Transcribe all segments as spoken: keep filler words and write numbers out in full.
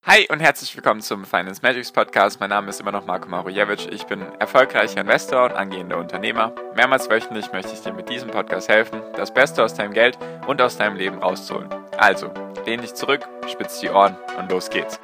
Hi und herzlich willkommen zum Finance Magics Podcast. Mein Name ist immer noch Marko Marujewicz. Ich bin erfolgreicher Investor und angehender Unternehmer. Mehrmals wöchentlich möchte ich dir mit diesem Podcast helfen, das Beste aus deinem Geld und aus deinem Leben rauszuholen. Also, lehn dich zurück, spitz die Ohren und los geht's.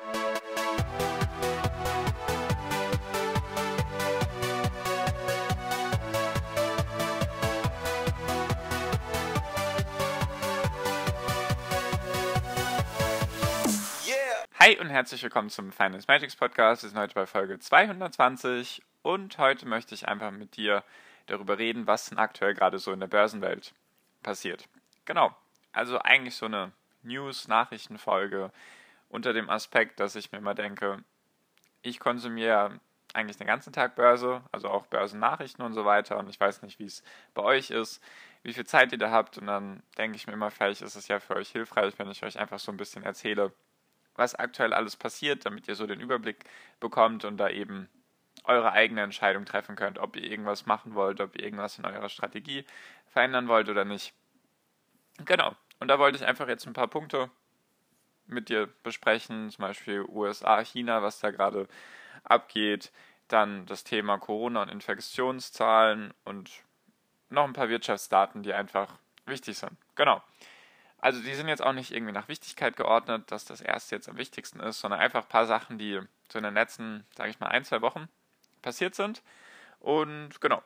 Hi und herzlich willkommen zum Finance Magics Podcast. Wir sind heute bei Folge zweihundertzwanzig und heute möchte ich einfach mit dir darüber reden, was denn aktuell gerade so in der Börsenwelt passiert. Genau, also eigentlich so eine News-Nachrichtenfolge unter dem Aspekt, dass ich mir immer denke, ich konsumiere eigentlich den ganzen Tag Börse, also auch Börsennachrichten und so weiter und ich weiß nicht, wie es bei euch ist, wie viel Zeit ihr da habt und dann denke ich mir immer, vielleicht ist es ja für euch hilfreich, wenn ich euch einfach so ein bisschen erzähle, was aktuell alles passiert, damit ihr so den Überblick bekommt und da eben eure eigene Entscheidung treffen könnt, ob ihr irgendwas machen wollt, ob ihr irgendwas in eurer Strategie verändern wollt oder nicht. Genau, und da wollte ich einfach jetzt ein paar Punkte mit dir besprechen, zum Beispiel U S A, China, was da gerade abgeht, dann das Thema Corona und Infektionszahlen und noch ein paar Wirtschaftsdaten, die einfach wichtig sind. Genau. Also die sind jetzt auch nicht irgendwie nach Wichtigkeit geordnet, dass das erste jetzt am wichtigsten ist, sondern einfach ein paar Sachen, die so in den letzten, sage ich mal, ein, zwei Wochen passiert sind. Und genau.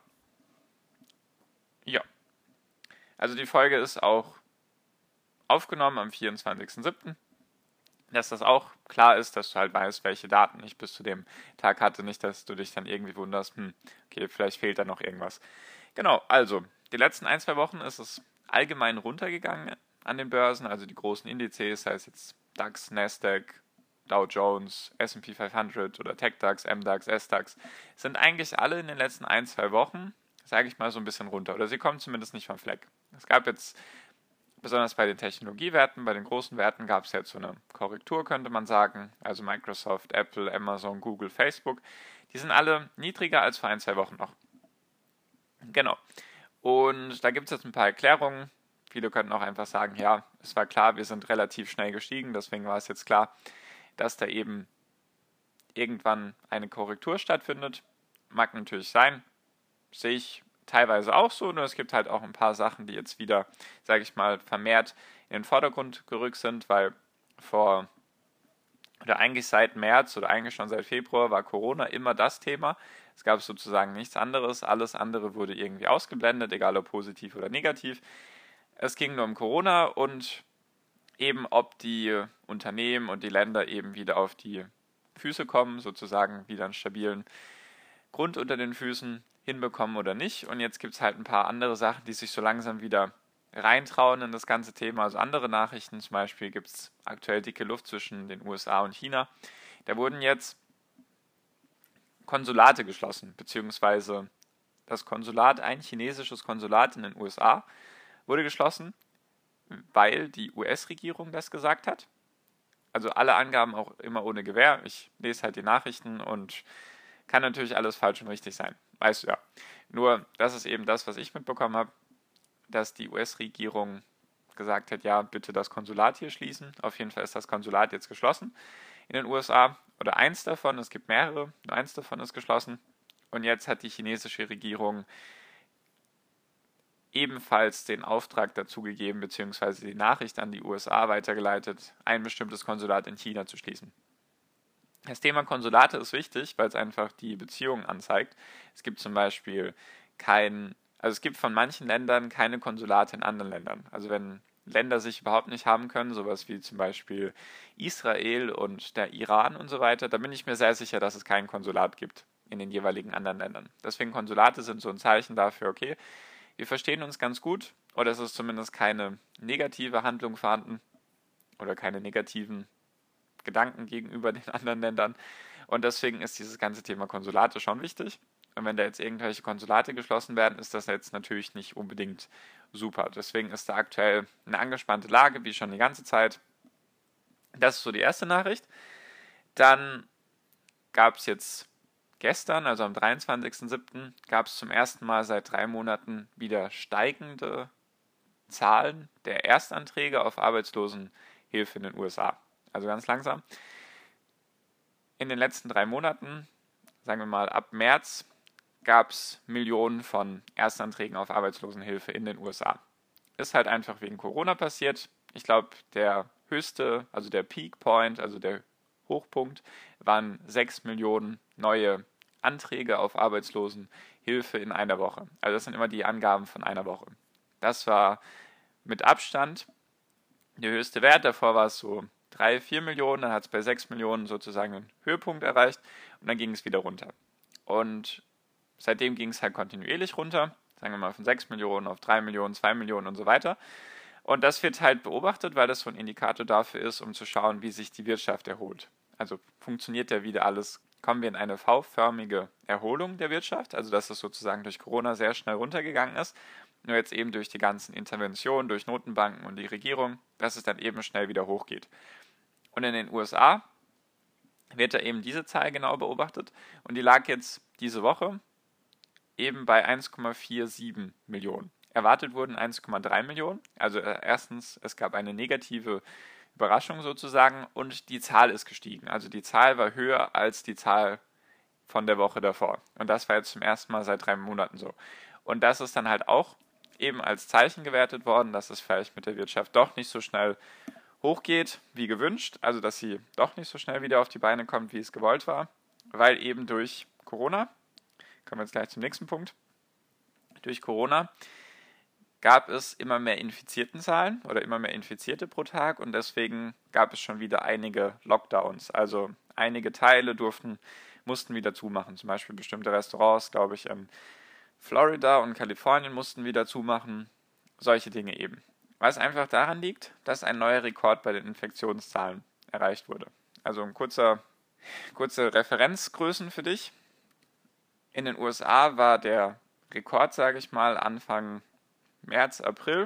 Ja. Also die Folge ist auch aufgenommen am vierundzwanzigsten siebten Dass das auch klar ist, dass du halt weißt, welche Daten ich bis zu dem Tag hatte. Nicht, dass du dich dann irgendwie wunderst, hm, okay, vielleicht fehlt da noch irgendwas. Genau, also die letzten ein, zwei Wochen ist es allgemein runtergegangen an den Börsen, also die großen Indizes, sei es jetzt DAX, Nasdaq, Dow Jones, S and P fünfhundert oder TechDAX, MDAX, SDAX, sind eigentlich alle in den letzten ein, zwei Wochen, sage ich mal, so ein bisschen runter. Oder sie kommen zumindest nicht vom Fleck. Es gab jetzt, besonders bei den Technologiewerten, bei den großen Werten gab es jetzt so eine Korrektur, könnte man sagen. Also Microsoft, Apple, Amazon, Google, Facebook, die sind alle niedriger als vor ein, zwei Wochen noch. Genau. Und da gibt es jetzt ein paar Erklärungen. Viele könnten auch einfach sagen, ja, es war klar, wir sind relativ schnell gestiegen, deswegen war es jetzt klar, dass da eben irgendwann eine Korrektur stattfindet. Mag natürlich sein, sehe ich teilweise auch so, nur es gibt halt auch ein paar Sachen, die jetzt wieder, sage ich mal, vermehrt in den Vordergrund gerückt sind, weil vor, oder eigentlich seit März oder eigentlich schon seit Februar war Corona immer das Thema. Es gab sozusagen nichts anderes, alles andere wurde irgendwie ausgeblendet, egal ob positiv oder negativ. Es ging nur um Corona und eben, ob die Unternehmen und die Länder eben wieder auf die Füße kommen, sozusagen wieder einen stabilen Grund unter den Füßen hinbekommen oder nicht. Und jetzt gibt es halt ein paar andere Sachen, die sich so langsam wieder reintrauen in das ganze Thema. Also andere Nachrichten, zum Beispiel gibt es aktuell dicke Luft zwischen den U S A und China. Da wurden jetzt Konsulate geschlossen, beziehungsweise das Konsulat, ein chinesisches Konsulat in den U S A, wurde geschlossen, weil die U S-Regierung das gesagt hat. Also alle Angaben auch immer ohne Gewähr. Ich lese halt die Nachrichten und kann natürlich alles falsch und richtig sein. Weißt du ja. Nur, das ist eben das, was ich mitbekommen habe, dass die U S-Regierung gesagt hat, ja, bitte das Konsulat hier schließen. Auf jeden Fall ist das Konsulat jetzt geschlossen in den U S A. Oder eins davon, es gibt mehrere, nur eins davon ist geschlossen. Und jetzt hat die chinesische Regierung ebenfalls den Auftrag dazu gegeben, beziehungsweise die Nachricht an die U S A weitergeleitet, ein bestimmtes Konsulat in China zu schließen. Das Thema Konsulate ist wichtig, weil es einfach die Beziehungen anzeigt. Es gibt zum Beispiel kein, also es gibt von manchen Ländern keine Konsulate in anderen Ländern. Also wenn Länder sich überhaupt nicht haben können, sowas wie zum Beispiel Israel und der Iran und so weiter, da bin ich mir sehr sicher, dass es kein Konsulat gibt in den jeweiligen anderen Ländern. Deswegen Konsulate sind so ein Zeichen dafür, okay, wir verstehen uns ganz gut oder es ist zumindest keine negative Handlung vorhanden oder keine negativen Gedanken gegenüber den anderen Ländern. Und deswegen ist dieses ganze Thema Konsulate schon wichtig. Und wenn da jetzt irgendwelche Konsulate geschlossen werden, ist das jetzt natürlich nicht unbedingt super. Deswegen ist da aktuell eine angespannte Lage, wie schon die ganze Zeit. Das ist so die erste Nachricht. Dann gab es jetzt gestern, also am dreiundzwanzigsten siebten, gab es zum ersten Mal seit drei Monaten wieder steigende Zahlen der Erstanträge auf Arbeitslosenhilfe in den U S A. Also ganz langsam. in den letzten drei Monaten, sagen wir mal ab März, gab es Millionen von Erstanträgen auf Arbeitslosenhilfe in den U S A. Ist halt einfach wegen Corona passiert. Ich glaube, der höchste, also der Peak Point, also der Hochpunkt, waren sechs Millionen neue Anträge auf Arbeitslosenhilfe in einer Woche. Also das sind immer die Angaben von einer Woche. Das war mit Abstand der höchste Wert. Davor war es so drei, vier Millionen, dann hat es bei sechs Millionen sozusagen einen Höhepunkt erreicht und dann ging es wieder runter. Und seitdem ging es halt kontinuierlich runter, sagen wir mal von sechs Millionen auf drei Millionen, zwei Millionen und so weiter. Und das wird halt beobachtet, weil das so ein Indikator dafür ist, um zu schauen, wie sich die Wirtschaft erholt. Also funktioniert ja wieder alles, kommen wir in eine V-förmige Erholung der Wirtschaft, also dass es sozusagen durch Corona sehr schnell runtergegangen ist, nur jetzt eben durch die ganzen Interventionen, durch Notenbanken und die Regierung, dass es dann eben schnell wieder hochgeht. Und in den U S A wird da eben diese Zahl genau beobachtet und die lag jetzt diese Woche eben bei eins Komma siebenundvierzig Millionen. Erwartet wurden eins Komma drei Millionen. Also erstens, es gab eine negative Überraschung sozusagen und die Zahl ist gestiegen. Also die Zahl war höher als die Zahl von der Woche davor. Und das war jetzt zum ersten Mal seit drei Monaten so. Und das ist dann halt auch eben als Zeichen gewertet worden, dass es vielleicht mit der Wirtschaft doch nicht so schnell hochgeht wie gewünscht. Also dass sie doch nicht so schnell wieder auf die Beine kommt, wie es gewollt war. Weil eben durch Corona, kommen wir jetzt gleich zum nächsten Punkt, durch Corona gab es immer mehr Infiziertenzahlen oder immer mehr Infizierte pro Tag und deswegen gab es schon wieder einige Lockdowns. Also einige Teile durften, mussten wieder zumachen. Zum Beispiel bestimmte Restaurants, glaube ich, in Florida und Kalifornien mussten wieder zumachen. Solche Dinge eben. Was einfach daran liegt, dass ein neuer Rekord bei den Infektionszahlen erreicht wurde. Also ein kurzer, kurze Referenzgrößen für dich. In den U S A war der Rekord, sage ich mal, Anfang März, April,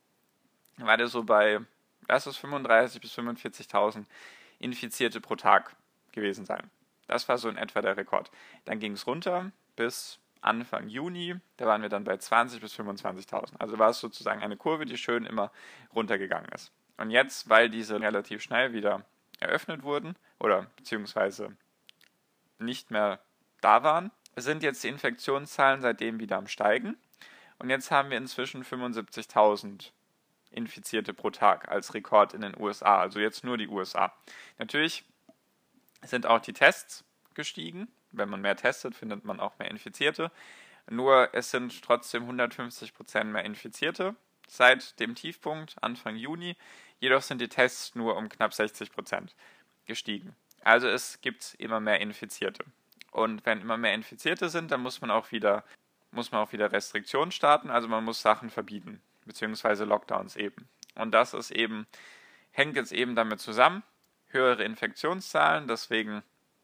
war der so bei, lass es fünfunddreißigtausend bis fünfundvierzigtausend Infizierte pro Tag gewesen sein. Das war so in etwa der Rekord. Dann ging es runter bis Anfang Juni, da waren wir dann bei zwanzigtausend bis fünfundzwanzigtausend. Also war es sozusagen eine Kurve, die schön immer runtergegangen ist. Und jetzt, weil diese relativ schnell wieder eröffnet wurden oder beziehungsweise nicht mehr da waren, sind jetzt die Infektionszahlen seitdem wieder am Steigen. Und jetzt haben wir inzwischen fünfundsiebzigtausend Infizierte pro Tag als Rekord in den U S A, also jetzt nur die U S A. Natürlich sind auch die Tests gestiegen. Wenn man mehr testet, findet man auch mehr Infizierte. Nur es sind trotzdem hundertfünfzig Prozent mehr Infizierte seit dem Tiefpunkt Anfang Juni. Jedoch sind die Tests nur um knapp sechzig Prozent gestiegen. Also es gibt immer mehr Infizierte. Und wenn immer mehr Infizierte sind, dann muss man auch wieder muss man auch wieder Restriktionen starten, also man muss Sachen verbieten, beziehungsweise Lockdowns eben. Und das ist eben, hängt jetzt eben damit zusammen, höhere Infektionszahlen, deswegen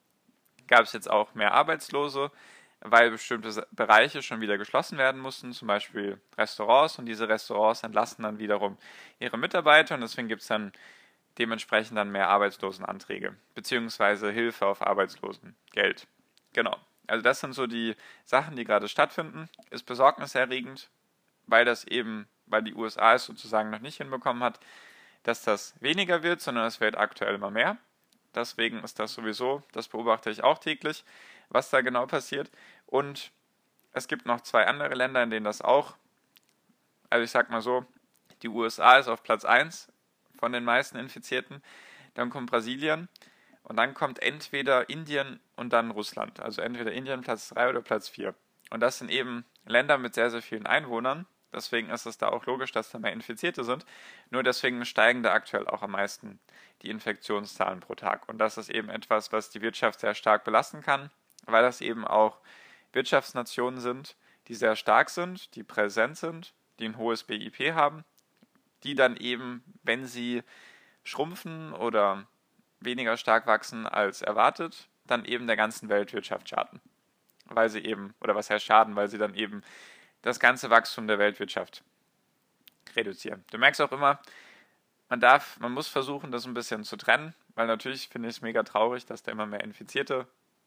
gab es jetzt auch mehr Arbeitslose, weil bestimmte Bereiche schon wieder geschlossen werden mussten, zum Beispiel Restaurants, und diese Restaurants entlasten dann wiederum ihre Mitarbeiter und deswegen gibt es dann dementsprechend dann mehr Arbeitslosenanträge, beziehungsweise Hilfe auf Arbeitslosengeld. Genau. Also das sind so die Sachen, die gerade stattfinden. Ist besorgniserregend, weil das eben, weil die U S A es sozusagen noch nicht hinbekommen hat, dass das weniger wird, sondern es wird aktuell immer mehr. Deswegen ist das sowieso, das beobachte ich auch täglich, was da genau passiert. Und es gibt noch zwei andere Länder, in denen das auch, also ich sag mal so, die U S A ist auf Platz eins von den meisten Infizierten, dann kommt Brasilien. Und dann kommt entweder Indien und dann Russland. Also entweder Indien Platz drei oder Platz vier. Und das sind eben Länder mit sehr, sehr vielen Einwohnern. Deswegen ist es da auch logisch, dass da mehr Infizierte sind. Nur deswegen steigen da aktuell auch am meisten die Infektionszahlen pro Tag. Und das ist eben etwas, was die Wirtschaft sehr stark belasten kann, weil das eben auch Wirtschaftsnationen sind, die sehr stark sind, die präsent sind, die ein hohes B I P haben, die dann eben, wenn sie schrumpfen oder weniger stark wachsen als erwartet, dann eben der ganzen Weltwirtschaft schaden. Weil sie eben, oder was heißt schaden, weil sie dann eben das ganze Wachstum der Weltwirtschaft reduzieren. Du merkst auch immer, man darf, man muss versuchen, das ein bisschen zu trennen, weil natürlich finde ich es mega traurig, dass da immer mehr Infizierte,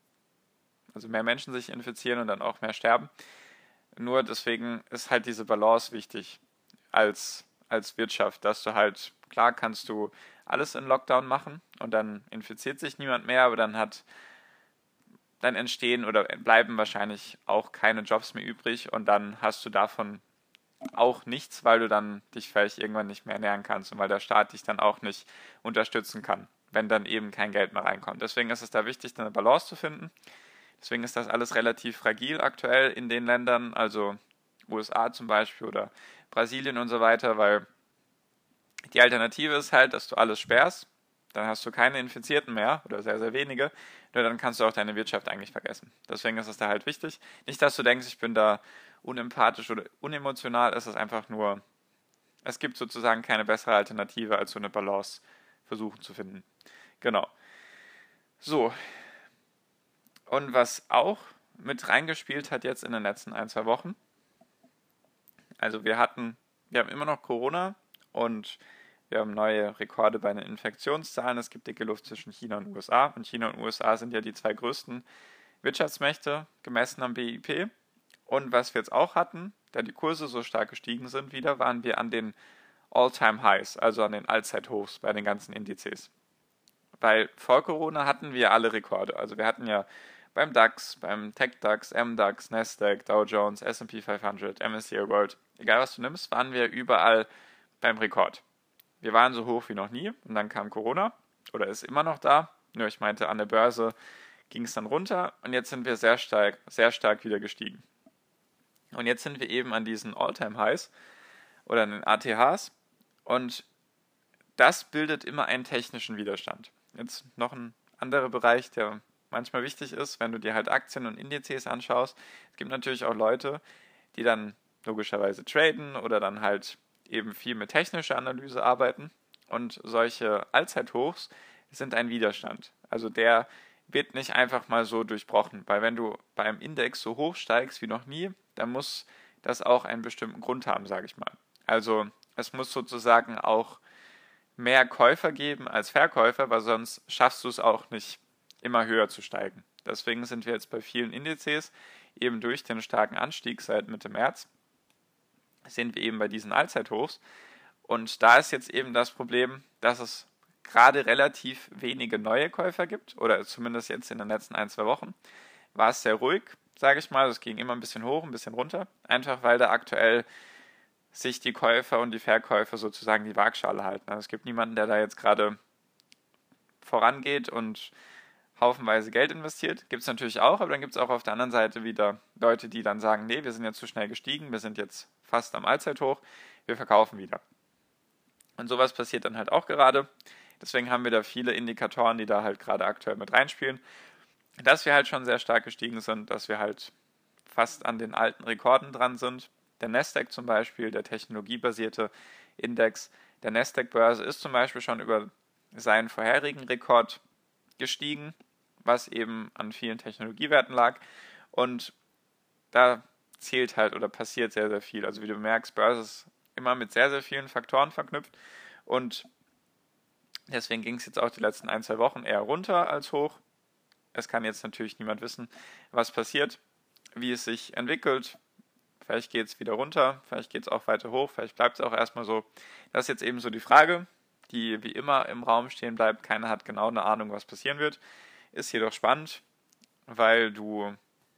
also mehr Menschen sich infizieren und dann auch mehr sterben. Nur deswegen ist halt diese Balance wichtig als, als Wirtschaft, dass du halt, klar kannst du alles in Lockdown machen und dann infiziert sich niemand mehr, aber dann hat dann entstehen oder bleiben wahrscheinlich auch keine Jobs mehr übrig und dann hast du davon auch nichts, weil du dann dich vielleicht irgendwann nicht mehr ernähren kannst und weil der Staat dich dann auch nicht unterstützen kann, wenn dann eben kein Geld mehr reinkommt. Deswegen ist es da wichtig, eine Balance zu finden. Deswegen ist das alles relativ fragil aktuell in den Ländern, also U S A zum Beispiel oder Brasilien und so weiter, weil die Alternative ist halt, dass du alles sperrst, dann hast du keine Infizierten mehr oder sehr, sehr wenige, nur dann kannst du auch deine Wirtschaft eigentlich vergessen. Deswegen ist es da halt wichtig. Nicht, dass du denkst, ich bin da unempathisch oder unemotional, es ist einfach nur, es gibt sozusagen keine bessere Alternative, als so eine Balance versuchen zu finden. Genau. So, und was auch mit reingespielt hat jetzt in den letzten ein, zwei Wochen, also wir hatten, wir haben immer noch Corona und wir haben neue Rekorde bei den Infektionszahlen. Es gibt dicke Luft zwischen China und U S A. Und China und U S A sind ja die zwei größten Wirtschaftsmächte, gemessen am B I P. Und was wir jetzt auch hatten, da die Kurse so stark gestiegen sind wieder, waren wir an den All-Time-Highs, also an den Allzeithochs bei den ganzen Indizes. Weil vor Corona hatten wir alle Rekorde. Also wir hatten ja beim DAX, beim TechDAX, MDAX, Nasdaq, Dow Jones, S and P fünfhundert, M S C I World, egal was du nimmst, waren wir überall beim Rekord. Wir waren so hoch wie noch nie und dann kam Corona oder ist immer noch da. Nur ich meinte, an der Börse ging es dann runter und jetzt sind wir sehr stark, sehr stark wieder gestiegen. Und jetzt sind wir eben an diesen All-Time-Highs oder an den A T Hs und das bildet immer einen technischen Widerstand. Jetzt noch ein anderer Bereich, der manchmal wichtig ist, wenn du dir halt Aktien und Indizes anschaust. Es gibt natürlich auch Leute, die dann logischerweise traden oder dann halt eben viel mit technischer Analyse arbeiten und solche Allzeithochs sind ein Widerstand. Also der wird nicht einfach mal so durchbrochen, weil wenn du beim Index so hoch steigst wie noch nie, dann muss das auch einen bestimmten Grund haben, sage ich mal. Also es muss sozusagen auch mehr Käufer geben als Verkäufer, weil sonst schaffst du es auch nicht, immer höher zu steigen. Deswegen sind wir jetzt bei vielen Indizes, eben durch den starken Anstieg seit Mitte März, sind wir eben bei diesen Allzeithochs. Und da ist jetzt eben das Problem, dass es gerade relativ wenige neue Käufer gibt, oder zumindest jetzt in den letzten ein, zwei Wochen, war es sehr ruhig, sage ich mal. Es ging immer ein bisschen hoch, ein bisschen runter, einfach weil da aktuell sich die Käufer und die Verkäufer sozusagen die Waagschale halten. Also es gibt niemanden, der da jetzt gerade vorangeht und haufenweise Geld investiert. Gibt es natürlich auch, aber dann gibt es auch auf der anderen Seite wieder Leute, die dann sagen, nee, wir sind jetzt zu schnell gestiegen, wir sind jetzt fast am Allzeithoch, wir verkaufen wieder. Und sowas passiert dann halt auch gerade. Deswegen haben wir da viele Indikatoren, die da halt gerade aktuell mit reinspielen. Dass wir halt schon sehr stark gestiegen sind, dass wir halt fast an den alten Rekorden dran sind. Der Nasdaq zum Beispiel, der technologiebasierte Index der Nasdaq-Börse ist zum Beispiel schon über seinen vorherigen Rekord gestiegen, was eben an vielen Technologiewerten lag. Und da zählt halt oder passiert sehr, sehr viel. Also wie du merkst, Börse ist immer mit sehr, sehr vielen Faktoren verknüpft und deswegen ging es jetzt auch die letzten ein, zwei Wochen eher runter als hoch. Es kann jetzt natürlich niemand wissen, was passiert, wie es sich entwickelt. Vielleicht geht es wieder runter, vielleicht geht es auch weiter hoch, vielleicht bleibt es auch erstmal so. Das ist jetzt eben so die Frage, die wie immer im Raum stehen bleibt. Keiner hat genau eine Ahnung, was passieren wird. Ist jedoch spannend, weil du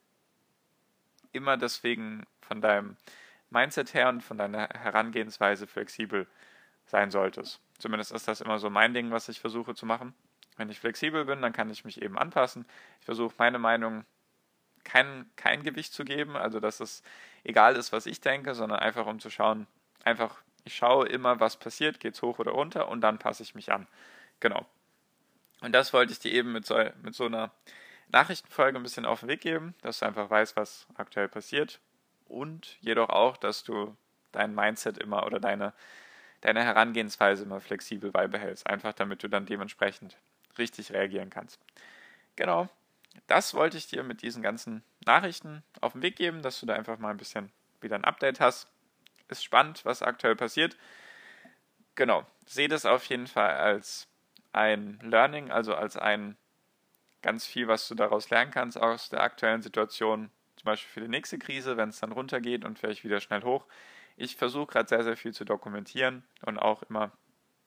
immer deswegen von deinem Mindset her und von deiner Herangehensweise flexibel sein solltest. Zumindest ist das immer so mein Ding, was ich versuche zu machen. Wenn ich flexibel bin, dann kann ich mich eben anpassen. Ich versuche meine Meinung kein, kein Gewicht zu geben, also dass es egal ist, was ich denke, sondern einfach um zu schauen, einfach, ich schaue immer, was passiert, geht es hoch oder runter und dann passe ich mich an. Genau. Und das wollte ich dir eben mit so, mit so einer Nachrichtenfolge ein bisschen auf den Weg geben, dass du einfach weißt, was aktuell passiert und jedoch auch, dass du dein Mindset immer oder deine, deine Herangehensweise immer flexibel beibehältst, einfach damit du dann dementsprechend richtig reagieren kannst. Genau, das wollte ich dir mit diesen ganzen Nachrichten auf den Weg geben, dass du da einfach mal ein bisschen wieder ein Update hast. Ist spannend, was aktuell passiert. Genau, sehe das auf jeden Fall als ein Learning, also als ein ganz viel, was du daraus lernen kannst aus der aktuellen Situation, zum Beispiel für die nächste Krise, wenn es dann runtergeht und vielleicht wieder schnell hoch. Ich versuche gerade sehr, sehr viel zu dokumentieren und auch immer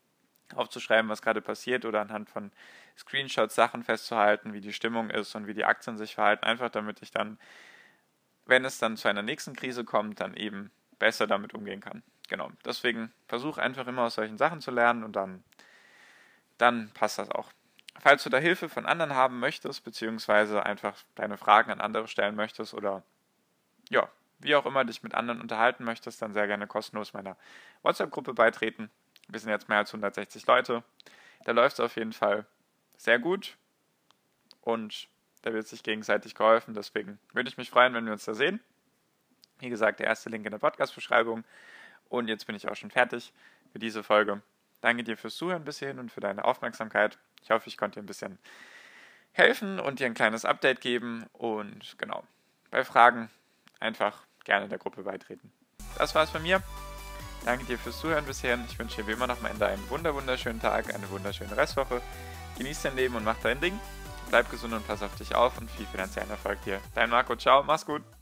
aufzuschreiben, was gerade passiert oder anhand von Screenshots Sachen festzuhalten, wie die Stimmung ist und wie die Aktien sich verhalten, einfach damit ich dann, wenn es dann zu einer nächsten Krise kommt, dann eben besser damit umgehen kann. Genau, deswegen versuch einfach immer aus solchen Sachen zu lernen und dann, dann passt das auch. Falls du da Hilfe von anderen haben möchtest, beziehungsweise einfach deine Fragen an andere stellen möchtest oder ja, wie auch immer dich mit anderen unterhalten möchtest, dann sehr gerne kostenlos meiner WhatsApp-Gruppe beitreten. Wir sind jetzt mehr als hundertsechzig Leute. Da läuft es auf jeden Fall sehr gut und da wird sich gegenseitig geholfen. Deswegen würde ich mich freuen, wenn wir uns da sehen. Wie gesagt, der erste Link in der Podcast-Beschreibung. Und jetzt bin ich auch schon fertig für diese Folge. Danke dir fürs Zuhören bis hierhin und für deine Aufmerksamkeit. Ich hoffe, ich konnte dir ein bisschen helfen und dir ein kleines Update geben. Und genau, bei Fragen einfach gerne der Gruppe beitreten. Das war's von mir. Danke dir fürs Zuhören bis hierhin. Ich wünsche dir wie immer noch am Ende einen wunderschönen Tag, eine wunderschöne Restwoche. Genieß dein Leben und mach dein Ding. Bleib gesund und pass auf dich auf und viel finanziellen Erfolg dir. Dein Marco, ciao, mach's gut.